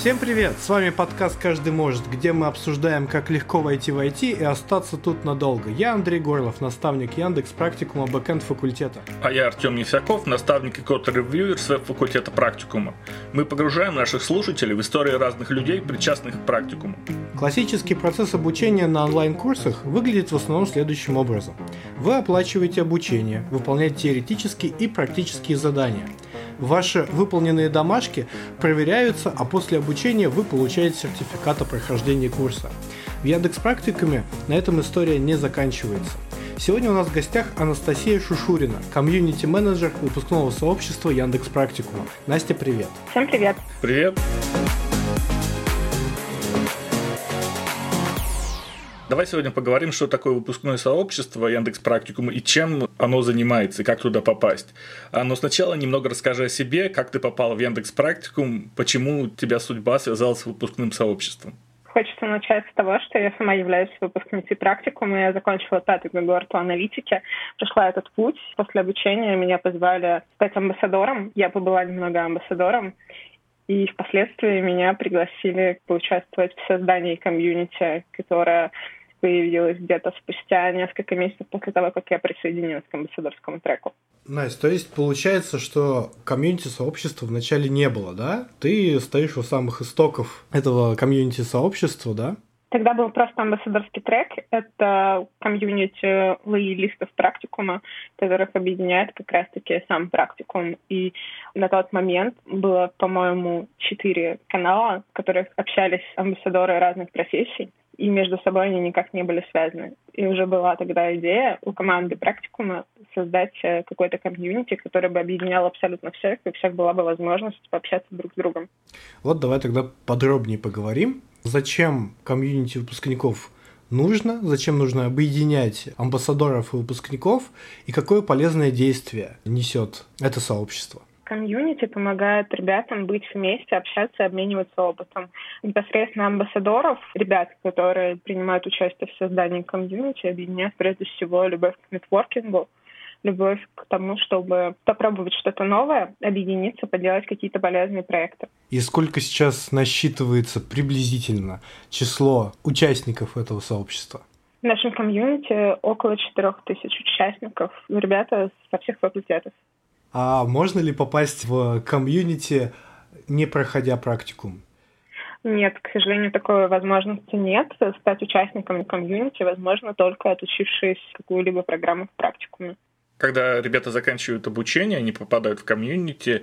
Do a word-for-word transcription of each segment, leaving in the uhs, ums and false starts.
Всем привет! С вами подкаст «Каждый может», где мы обсуждаем, как легко войти в ай ти и остаться тут надолго. Я Андрей Горлов, наставник Яндекс Практикума бэкэнд факультета. А я Артем Невсяков, наставник и код-ревьюер с веб-факультета Практикума. Мы погружаем наших слушателей в истории разных людей, причастных к практикуму. Классический процесс обучения на онлайн-курсах выглядит в основном следующим образом. Вы оплачиваете обучение, выполняете теоретические и практические задания. Ваши выполненные домашки проверяются, а после обучения вы получаете сертификат о прохождении курса. В Яндекс.Практикуме на этом история не заканчивается. Сегодня у нас в гостях Анастасия Шушурина, комьюнити-менеджер выпускного сообщества Яндекс.Практикума. Настя, привет! Всем привет! Привет! Давай сегодня поговорим, что такое выпускное сообщество Яндекс.Практикума и чем оно занимается, и как туда попасть. Но сначала немного расскажи о себе, как ты попал в Яндекс.Практикум, почему у тебя судьба связалась с выпускным сообществом. Хочется начать с того, что я сама являюсь выпускницей практикума. Я закончила пятый год по аналитике, прошла этот путь. После обучения меня позвали стать амбассадором. Я побыла немного амбассадором. И впоследствии меня пригласили поучаствовать в создании комьюнити, которое появилось где-то спустя несколько месяцев после того, как я присоединилась к амбассадорскому треку. Настя, то есть получается, что комьюнити-сообщества вначале не было, да? Ты стоишь у самых истоков этого комьюнити-сообщества, да? Тогда был просто амбассадорский трек. Это комьюнити лоялистов практикума, которых объединяет как раз-таки сам практикум. И на тот момент было, по-моему, четыре канала, в которых общались амбассадоры разных профессий, и между собой они никак не были связаны. И уже была тогда идея у команды практикума создать какой-то комьюнити, который бы объединял абсолютно всех, и у всех была бы возможность пообщаться друг с другом. Вот давай тогда подробнее поговорим. Зачем комьюнити выпускников нужно, зачем нужно объединять амбассадоров и выпускников, и какое полезное действие несет это сообщество? Комьюнити помогает ребятам быть вместе, общаться, обмениваться опытом. Непосредственно амбассадоров, ребят, которые принимают участие в создании комьюнити, объединяет прежде всего любовь к нетворкингу, любовь к тому, чтобы попробовать что-то новое, объединиться, поделать какие-то полезные проекты. И сколько сейчас насчитывается приблизительно число участников этого сообщества? В нашем комьюнити около четырех тысяч участников, ребята со всех факультетов. А можно ли попасть в комьюнити, не проходя практикум? Нет, к сожалению, такой возможности нет. Стать участником комьюнити возможно только отучившись какую-либо программу в практикуме. Когда ребята заканчивают обучение, они попадают в комьюнити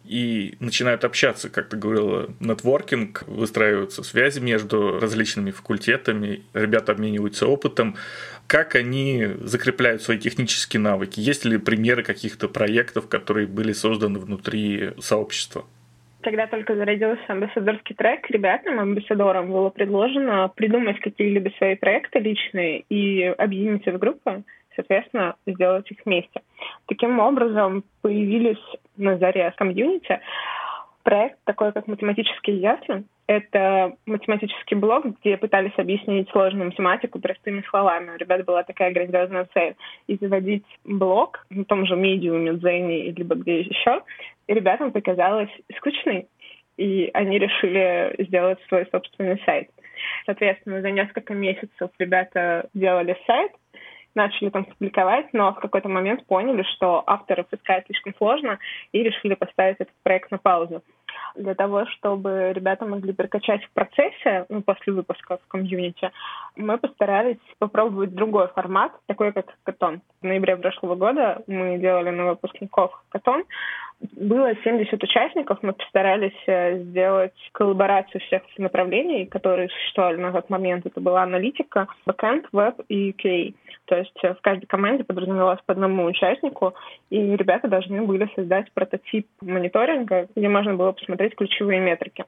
и начинают общаться, как ты говорила, нетворкинг, выстраиваются связи между различными факультетами, ребята обмениваются опытом. Как они закрепляют свои технические навыки? Есть ли примеры каких-то проектов, которые были созданы внутри сообщества? Когда только зародился амбассадорский трек, ребятам, амбассадорам было предложено придумать какие-либо свои проекты личные и объединить их в группы, соответственно, сделать их вместе. Таким образом, появились на заре комьюнити проект такой, как «Математические ясли». Это математический блог, где пытались объяснить сложную математику простыми словами. У ребят была такая грандиозная цель. И заводить блог на том же медиуме, Дзене, либо где еще, и ребятам показалось скучной, и они решили сделать свой собственный сайт. Соответственно, за несколько месяцев ребята делали сайт, начали там публиковать, но в какой-то момент поняли, что авторов искать слишком сложно, и решили поставить этот проект на паузу. Для того, чтобы ребята могли прокачать в процессе, ну, после выпуска в комьюнити, мы постарались попробовать другой формат, такой как хакатон. В ноябре прошлого года мы делали на выпускников хакатон. Было семьдесят участников, мы постарались сделать коллаборацию всех направлений, которые существовали на тот момент. Это была аналитика, бэкэнд, веб и ю кей. То есть в каждой команде подразумевалось по одному участнику, и ребята должны были создать прототип мониторинга, где можно было посмотреть ключевые метрики.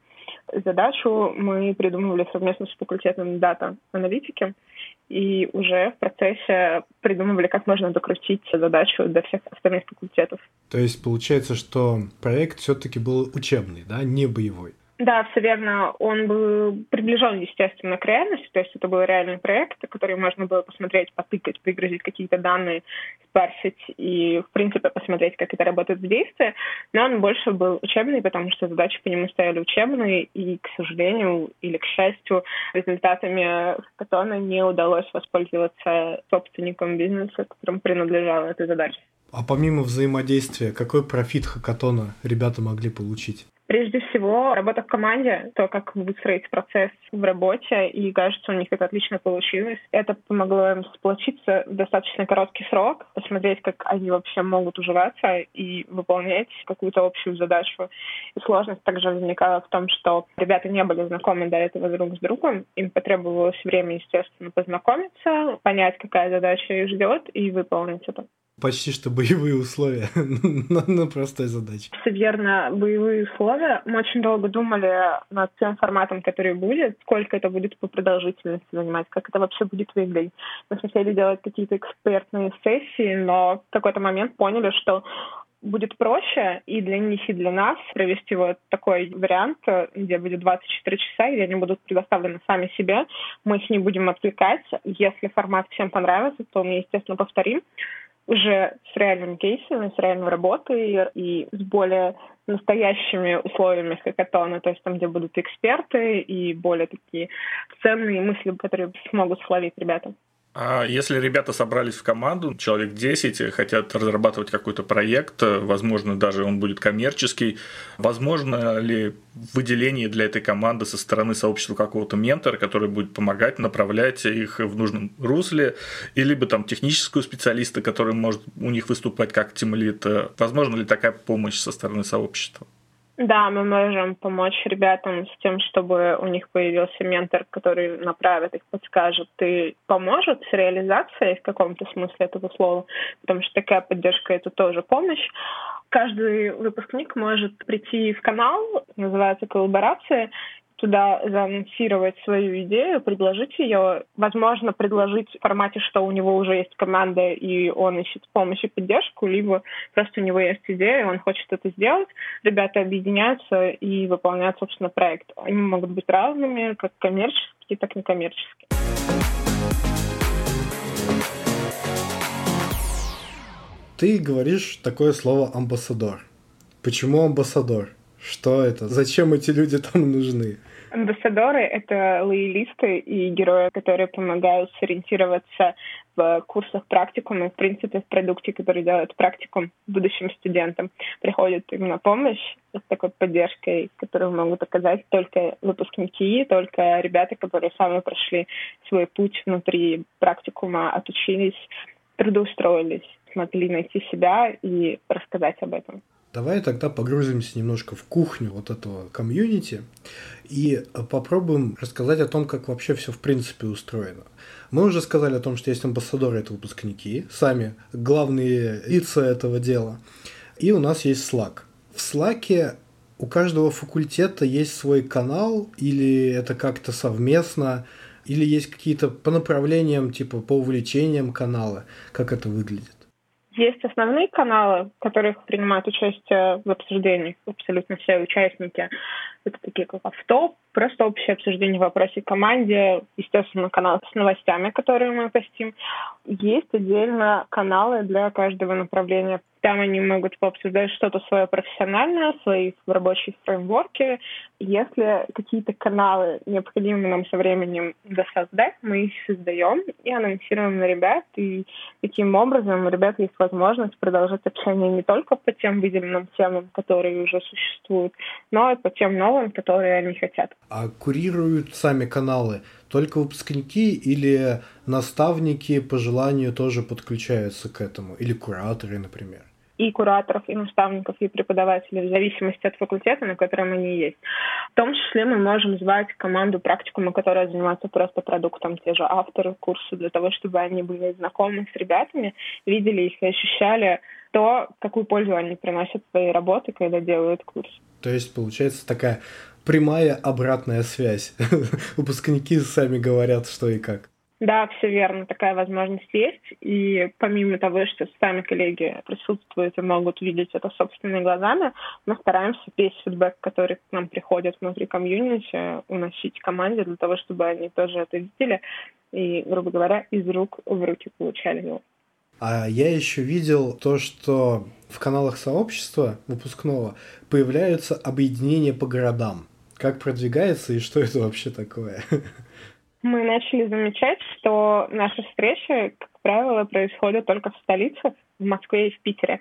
Задачу мы придумывали совместно с факультетом дата-аналитики, и уже в процессе придумывали, как можно докрутить задачу до всех остальных факультетов. То есть получается, что проект все-таки был учебный, да, не боевой? Да, все верно. Он был приближен, естественно, к реальности, то есть это был реальный проект, который можно было посмотреть, потыкать, пригрузить какие-то данные, спарсить и, в принципе, посмотреть, как это работает в действии. Но он больше был учебный, потому что задачи по нему стояли учебные, и, к сожалению, или к счастью, результатами хакатона не удалось воспользоваться собственником бизнеса, которому принадлежала эта задача. А помимо взаимодействия, какой профит хакатона ребята могли получить? Прежде всего, работа в команде, то, как выстроить процесс в работе, и, кажется, у них это отлично получилось. Это помогло им сплотиться в достаточно короткий срок, посмотреть, как они вообще могут уживаться и выполнять какую-то общую задачу. И сложность также возникала в том, что ребята не были знакомы до этого друг с другом. Им потребовалось время, естественно, познакомиться, понять, какая задача их ждет, и выполнить это. Почти что боевые условия на простой задаче. Все верно, боевые условия. Мы очень долго думали над тем форматом, который будет, сколько это будет по продолжительности занимать, как это вообще будет выглядеть. Мы хотели делать какие-то экспертные сессии, но в какой-то момент поняли, что будет проще и для них, и для нас провести вот такой вариант, где будет двадцать четыре часа, где они будут предоставлены сами себе. Мы их не будем отвлекать. Если формат всем понравится, то мы, естественно, повторим. Уже с реальными кейсами, с реальной работой и с более настоящими условиями хакатона, то есть там, где будут эксперты и более такие ценные мысли, которые смогут словить ребята. А если ребята собрались в команду, человек десять, хотят разрабатывать какой-то проект, возможно, даже он будет коммерческий, возможно ли выделение для этой команды со стороны сообщества какого-то ментора, который будет помогать, направлять их в нужном русле, и либо там технического специалиста, который может у них выступать как тимлид? Возможно ли такая помощь со стороны сообщества? Да, мы можем помочь ребятам с тем, чтобы у них появился ментор, который направит их, подскажет и поможет с реализацией в каком-то смысле этого слова, потому что такая поддержка – это тоже помощь. Каждый выпускник может прийти в канал, называется «Коллаборация», туда заанонсировать свою идею, предложить ее, возможно, предложить в формате, что у него уже есть команда, и он ищет помощь и поддержку, либо просто у него есть идея, и он хочет это сделать. Ребята объединяются и выполняют, собственно, проект. Они могут быть разными, как коммерческие, так и некоммерческие. Ты говоришь такое слово «амбассадор». Почему амбассадор? Что это? Зачем эти люди там нужны? Амбассадоры — это лоялисты и герои, которые помогают сориентироваться в курсах практикума, в принципе, в продукте, который делает практикум будущим студентам. Приходит им на помощь с такой поддержкой, которую могут оказать только выпускники, только ребята, которые сами прошли свой путь внутри практикума, отучились, трудоустроились, смогли найти себя и рассказать об этом. Давай тогда погрузимся немножко в кухню вот этого комьюнити и попробуем рассказать о том, как вообще все в принципе устроено. Мы уже сказали о том, что есть амбассадоры, это выпускники, сами главные лица этого дела. И у нас есть Slack. В Slack у каждого факультета есть свой канал, или это как-то совместно, или есть какие-то по направлениям, типа по увлечениям канала. Как это выглядит? Есть основные каналы, в которых принимают участие в обсуждениях абсолютно все участники. Это такие как автоп, просто общее обсуждение в вопросе команде, естественно, канал с новостями, которые мы постим. Есть отдельно каналы для каждого направления. Там они могут пообсуждать что-то свое профессиональное, свои рабочие фреймворки. Если какие-то каналы необходимы нам со временем досоздать, мы их создаем и анонсируем на ребят. И таким образом у ребят есть возможность продолжать общение не только по тем выделенным темам, которые уже существуют, но и по тем новым, которые они хотят. А курируют сами каналы только выпускники или наставники по желанию тоже подключаются к этому? Или кураторы, например? И кураторов, и наставников, и преподавателей, в зависимости от факультета, на котором они есть. В том числе мы можем звать команду практикума, которая занимается просто продуктом, те же авторы курса, для того, чтобы они были знакомы с ребятами, видели их и ощущали то, какую пользу они приносят своей работе, когда делают курс. То есть, получается, такая прямая обратная связь. Выпускники сами говорят, что и как. Да, все верно, такая возможность есть. И помимо того, что сами коллеги присутствуют и могут видеть это собственными глазами, мы стараемся весь фидбэк, который к нам приходит внутри комьюнити, уносить команде для того, чтобы они тоже это видели и, грубо говоря, из рук в руки получали его. А я еще видел то, что в каналах сообщества выпускного появляются объединения по городам. Как продвигается и что это вообще такое? Мы начали замечать, что наши встречи, как правило, происходят только в столицах, в Москве и в Питере.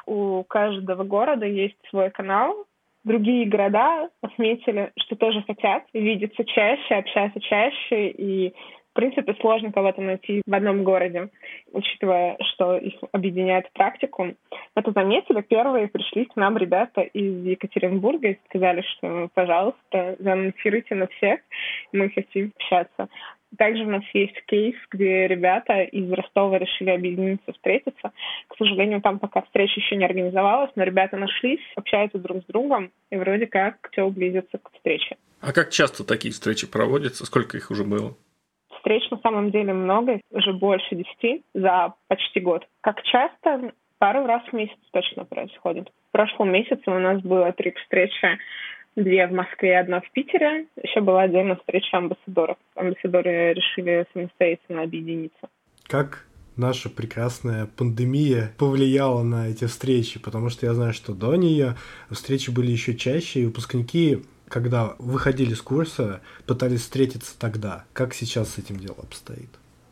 У каждого города есть свой канал. Другие города отметили, что тоже хотят видеться чаще, общаться чаще, и в принципе сложно кого-то найти в одном городе, учитывая, что их объединяет практикум. Это заметили. Первые пришли к нам ребята из Екатеринбурга и сказали, что, пожалуйста, заанонсируйте на всех, мы хотим общаться. Также у нас есть кейс, где ребята из Ростова решили объединиться, встретиться. К сожалению, там пока встреча еще не организовалась, но ребята нашлись, общаются друг с другом, и вроде как все близится к встрече. А как часто такие встречи проводятся? Сколько их уже было? Встреч на самом деле много, уже больше десяти за почти год. Как часто? Пару раз в месяц точно происходит. В прошлом месяце у нас было три встречи, две в Москве, одна в Питере. Еще была отдельная встреча амбассадоров. Амбассадоры решили самостоятельно объединиться. Как наша прекрасная пандемия повлияла на эти встречи? Потому что я знаю, что до нее встречи были еще чаще, и выпускники, когда выходили с курса, пытались встретиться тогда. Как сейчас с этим делом обстоит?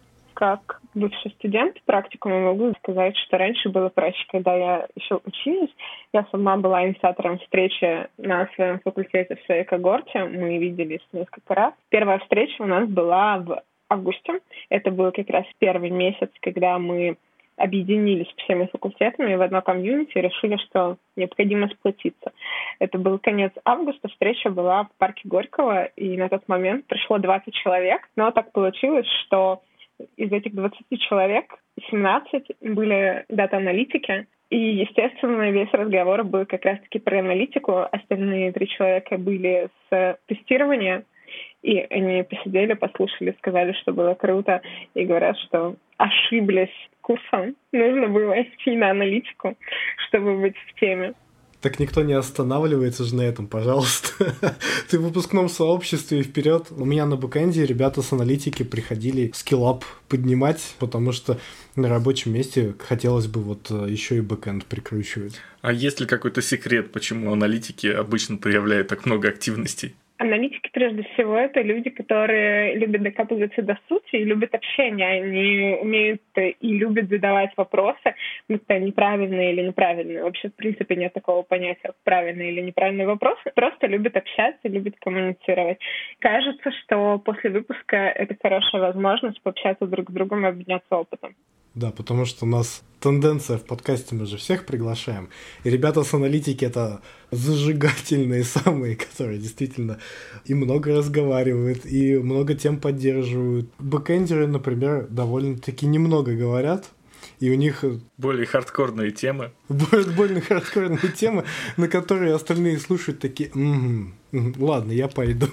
Как бывший студент практикума могу сказать, что раньше было проще, когда я еще училась. Я сама была инициатором встречи на своем факультете в своей когорте. Мы виделись несколько раз. Первая встреча у нас была в августе. Это был как раз первый месяц, когда мы объединились всеми факультетами в одно комьюнити и решили, что необходимо сплотиться. Это был конец августа, встреча была в парке Горького, и на тот момент пришло двадцать человек. Но так получилось, что из этих двадцати человек семнадцать были дата-аналитики, и, естественно, весь разговор был как раз-таки про аналитику. Остальные три человека были с тестирования, и они посидели, послушали, сказали, что было круто, и говорят, что ошиблись курсом. Нужно было идти на аналитику, чтобы быть в теме. Так никто не останавливается же на этом, пожалуйста. Ты в выпускном сообществе и вперед. У меня на бэкэнде ребята с аналитики приходили скиллап поднимать, потому что на рабочем месте хотелось бы вот еще и бэкэнд прикручивать. А есть ли какой-то секрет, почему аналитики обычно проявляют так много активностей? Аналитики, прежде всего, это люди, которые любят докапываться до сути и любят общение. Они умеют и любят задавать вопросы, будь то неправильные или неправильные. Вообще, в принципе, нет такого понятия, как правильные или неправильные вопросы. Просто любят общаться, любят коммуницировать. Кажется, что после выпуска это хорошая возможность пообщаться друг с другом и обменяться опытом. Да, потому что у нас тенденция в подкасте, мы же всех приглашаем. И ребята с аналитики — это зажигательные самые, которые действительно и много разговаривают, и много тем поддерживают. Бэкэндеры, например, довольно-таки немного говорят, и у них... Более хардкорные темы. Более хардкорные темы, на которые остальные слушают такие: угу, ладно, я пойду.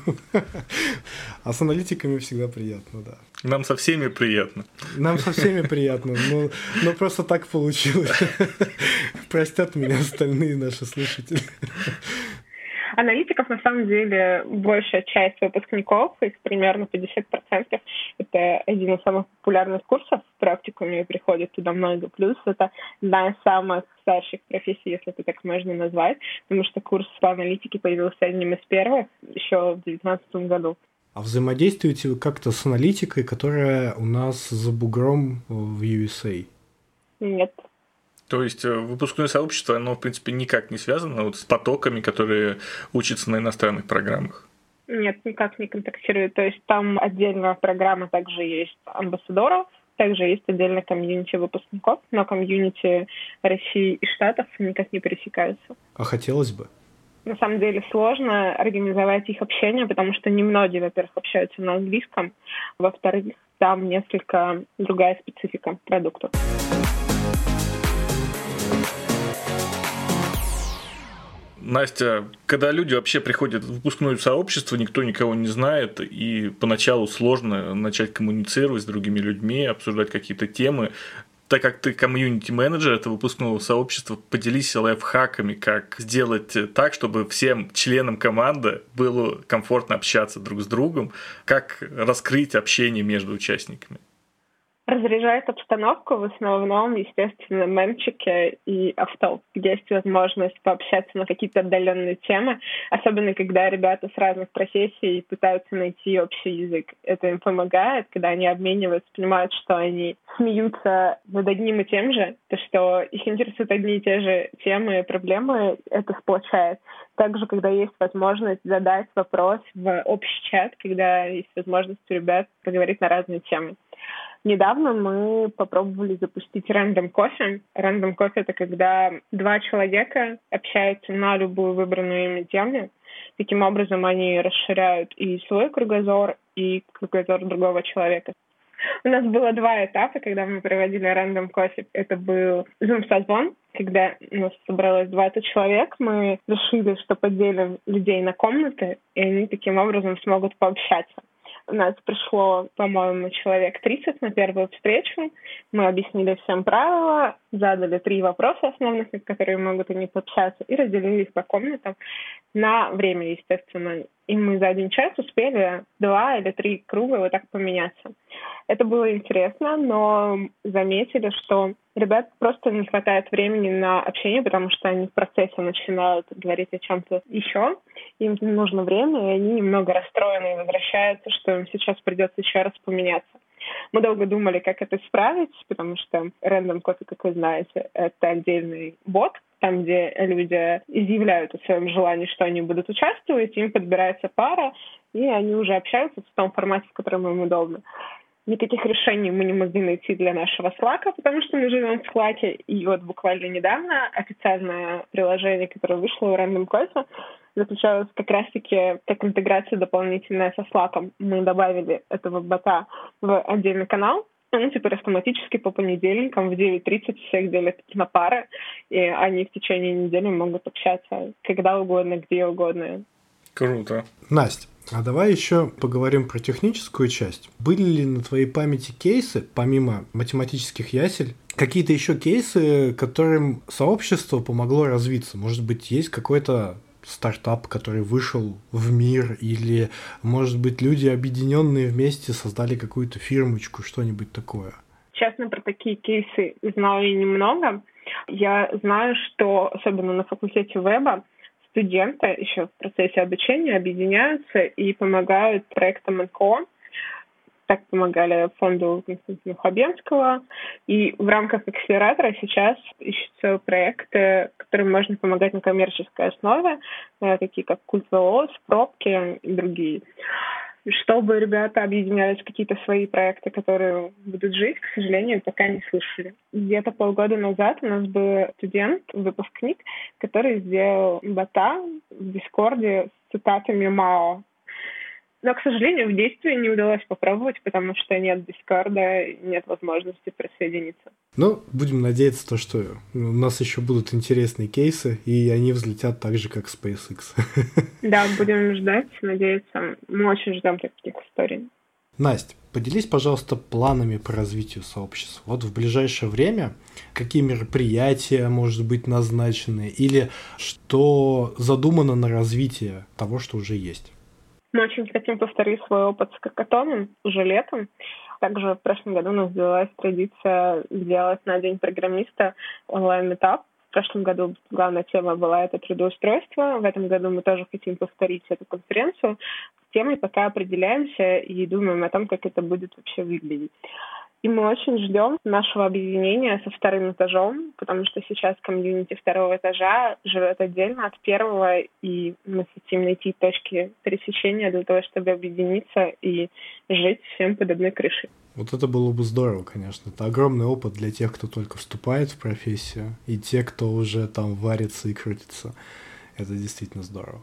А с аналитиками всегда приятно, да. Нам со всеми приятно. Нам со всеми приятно, но, но просто так получилось. Простят меня остальные наши слушатели. Аналитиков, на самом деле, большая часть выпускников, их примерно пятьдесят процентов, это один из самых популярных курсов в практикуме, приходит туда много. Плюс это одна из самых старших профессий, если это так можно назвать, потому что курс по аналитике появился одним из первых еще в две тысячи девятнадцатом году. А взаимодействуете вы как-то с аналитикой, которая у нас за бугром в ю эс эй? Нет. То есть выпускное сообщество, оно, в принципе, никак не связано вот с потоками, которые учатся на иностранных программах? Нет, никак не контактирует. То есть там отдельная программа, также есть амбассадоров, также есть отдельная комьюнити выпускников, но комьюнити России и Штатов никак не пересекаются. А хотелось бы? На самом деле сложно организовать их общение, потому что немногие, во-первых, общаются на английском, во-вторых, там несколько другая специфика продукта. Настя, когда люди вообще приходят в выпускное сообщество, никто никого не знает, и поначалу сложно начать коммуницировать с другими людьми, обсуждать какие-то темы. Так как ты комьюнити-менеджер этого выпускного сообщества, поделись лайфхаками, как сделать так, чтобы всем членам команды было комфортно общаться друг с другом, как раскрыть общение между участниками. Разряжает обстановку в основном, естественно, мемчики и авто, где есть возможность пообщаться на какие-то отдаленные темы, особенно когда ребята с разных профессий пытаются найти общий язык. Это им помогает, когда они обмениваются, понимают, что они смеются над одним и тем же, то, что их интересуют одни и те же темы и проблемы, это сплочает. Также, когда есть возможность задать вопрос в общий чат, когда есть возможность у ребят поговорить на разные темы. Недавно мы попробовали запустить Random Coffee. Random Coffee — это когда два человека общаются на любую выбранную ими тему. Таким образом, они расширяют и свой кругозор, и кругозор другого человека. У нас было два этапа, когда мы проводили Random Coffee. Это был Zoom-созвон, когда у нас собралось двадцать человек. Мы решили, что поделим людей на комнаты, и они таким образом смогут пообщаться. У нас пришло, по-моему, человек тридцать на первую встречу. Мы объяснили всем правила, задали три вопроса основных, на которые могут они пообщаться, и разделили их по комнатам на время, естественно. И мы за один час успели два или три круга вот так поменяться. Это было интересно, но заметили, что ребят просто не хватает времени на общение, потому что они в процессе начинают говорить о чем-то еще. Им нужно время, и они немного расстроены и возвращаются, что им сейчас придется еще раз поменяться. Мы долго думали, как это исправить, потому что Random Coffee, как вы знаете, это отдельный бот, там, где люди изъявляют о своем желании, что они будут участвовать, им подбирается пара, и они уже общаются в том формате, в котором им удобно. Никаких решений мы не могли найти для нашего Slack, потому что мы живем в Slack, и вот буквально недавно официальное приложение, которое вышло у Random Coffee, заключалось как раз-таки как интеграция дополнительная со Slack. Мы добавили этого бота в отдельный канал. Он теперь автоматически по понедельникам в девять тридцать всех делит на пары, и они в течение недели могут общаться когда угодно, где угодно. Круто. Настя, а давай еще поговорим про техническую часть. Были ли на твоей памяти кейсы, помимо математических ясель, какие-то еще кейсы, которым сообщество помогло развиться? Может быть, есть какой-то стартап, который вышел в мир, или, может быть, люди, объединенные вместе, создали какую-то фирмочку, что-нибудь такое? Честно, про такие кейсы знаю немного. Я знаю, что особенно на факультете веба студенты еще в процессе обучения объединяются и помогают проектам эн ка о. Так помогали фонду Константина Хабенского. И в рамках акселератора сейчас ищутся проекты, которым можно помогать на коммерческой основе, такие как Культ ВООЗ, Пробки и другие. Чтобы ребята объединялись в какие-то свои проекты, которые будут жить, к сожалению, пока не слышали. Где-то полгода назад у нас был студент, выпускник, который сделал бота в Дискорде с цитатами Мао. Но, к сожалению, в действии не удалось попробовать, потому что нет Дискорда, нет возможности присоединиться. Ну, будем надеяться, то, что у нас еще будут интересные кейсы, и они взлетят так же, как SpaceX. Да, будем ждать, надеяться. Мы очень ждем таких историй. Настя, поделись, пожалуйста, планами по развитию сообщества. Вот в ближайшее время какие мероприятия, может быть, назначены, или что задумано на развитие того, что уже есть? Мы очень хотим повторить свой опыт с Какатоном уже летом. Также в прошлом году у нас взялась традиция сделать на День программиста онлайн-метап. В прошлом году главная тема была это трудоустройство. В этом году мы тоже хотим повторить эту конференцию. С темой пока определяемся и думаем о том, как это будет вообще выглядеть. И мы очень ждем нашего объединения со вторым этажом, потому что сейчас комьюнити второго этажа живет отдельно от первого, и мы хотим найти точки пересечения для того, чтобы объединиться и жить всем под одной крышей. Вот это было бы здорово, конечно. Это огромный опыт для тех, кто только вступает в профессию, и те, кто уже там варится и крутится. Это действительно здорово.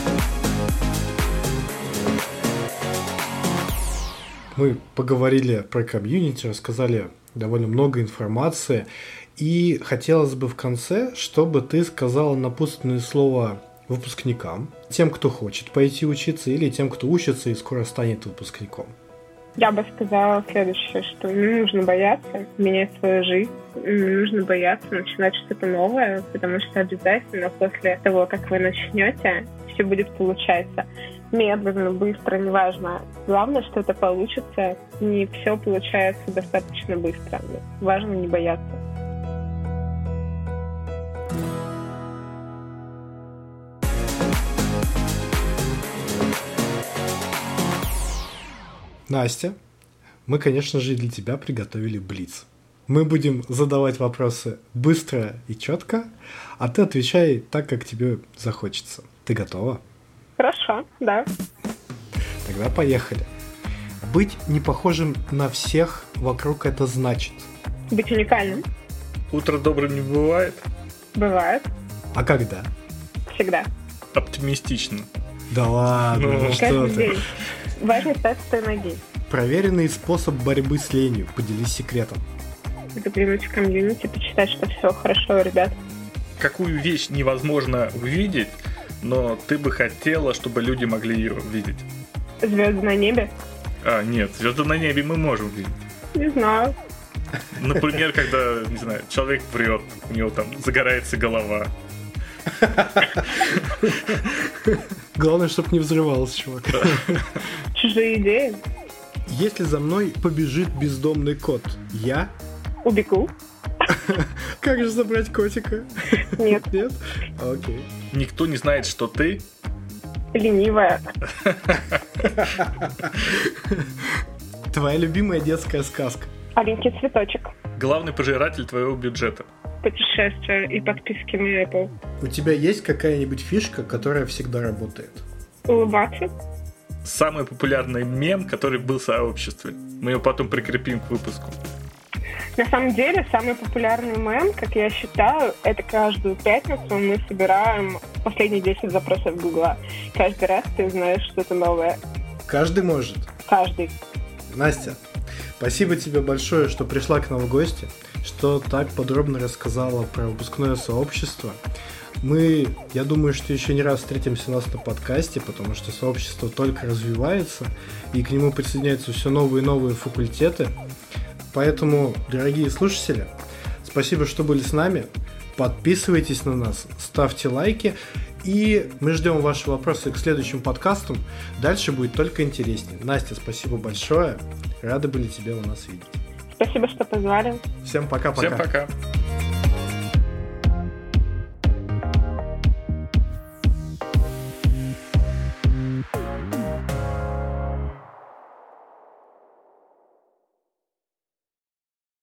Мы поговорили про комьюнити, рассказали довольно много информации, и хотелось бы в конце, чтобы ты сказала напутственное слово выпускникам, тем, кто хочет пойти учиться, или тем, кто учится и скоро станет выпускником? Я бы сказала следующее, что не нужно бояться менять свою жизнь, не нужно бояться начинать что-то новое, потому что обязательно после того, как вы начнете, все будет получаться. Медленно, быстро, неважно. Главное, что это получится. Не все получается достаточно быстро. Важно не бояться. Настя, мы, конечно же, для тебя приготовили блиц. Мы будем задавать вопросы быстро и четко, а ты отвечай так, как тебе захочется. Ты готова? Хорошо, да. Тогда поехали. Быть не похожим на всех вокруг — это значит? Быть уникальным. Утро добрым не бывает. Бывает. А когда? Всегда. Оптимистично. Да ладно, ну, ну что ты. День. Важно стать с той ноги. Проверенный способ борьбы с ленью. Поделись секретом. Заглянуть в комьюнити, почитать, что все хорошо у ребят. Какую вещь невозможно увидеть, но ты бы хотела, чтобы люди могли ее видеть? Звезды на небе? А, нет, звезды на небе мы можем видеть. Не знаю. Например, когда, не знаю, человек врет, у него там загорается голова. Главное, чтобы не взрывалось, чувак. Чужие идеи. Если за мной побежит бездомный кот, я... Убегу. Как же забрать котика? Нет. Нет? Окей. Никто не знает, что ты... Ленивая. Твоя любимая детская сказка? Аленький цветочек. Главный пожиратель твоего бюджета? Путешествия и подписки на Apple. У тебя есть какая-нибудь фишка, которая всегда работает? Улыбаться. Самый популярный мем, который был в сообществе. Мы его потом прикрепим к выпуску. На самом деле, самый популярный мем, как я считаю, это каждую пятницу мы собираем последние десять запросов Гугла. Каждый раз ты узнаешь что-то новое. Каждый может? Каждый. Настя, спасибо тебе большое, что пришла к нам в гости, что так подробно рассказала про выпускное сообщество. Мы, я думаю, что еще не раз встретимся у нас на подкасте, потому что сообщество только развивается, и к нему присоединяются все новые и новые факультеты. Поэтому, дорогие слушатели, спасибо, что были с нами. Подписывайтесь на нас, ставьте лайки, и мы ждем ваши вопросы к следующим подкастам. Дальше будет только интереснее. Настя, спасибо большое. Рады были тебя у нас видеть. Спасибо, что позвали. Всем пока-пока. Всем пока.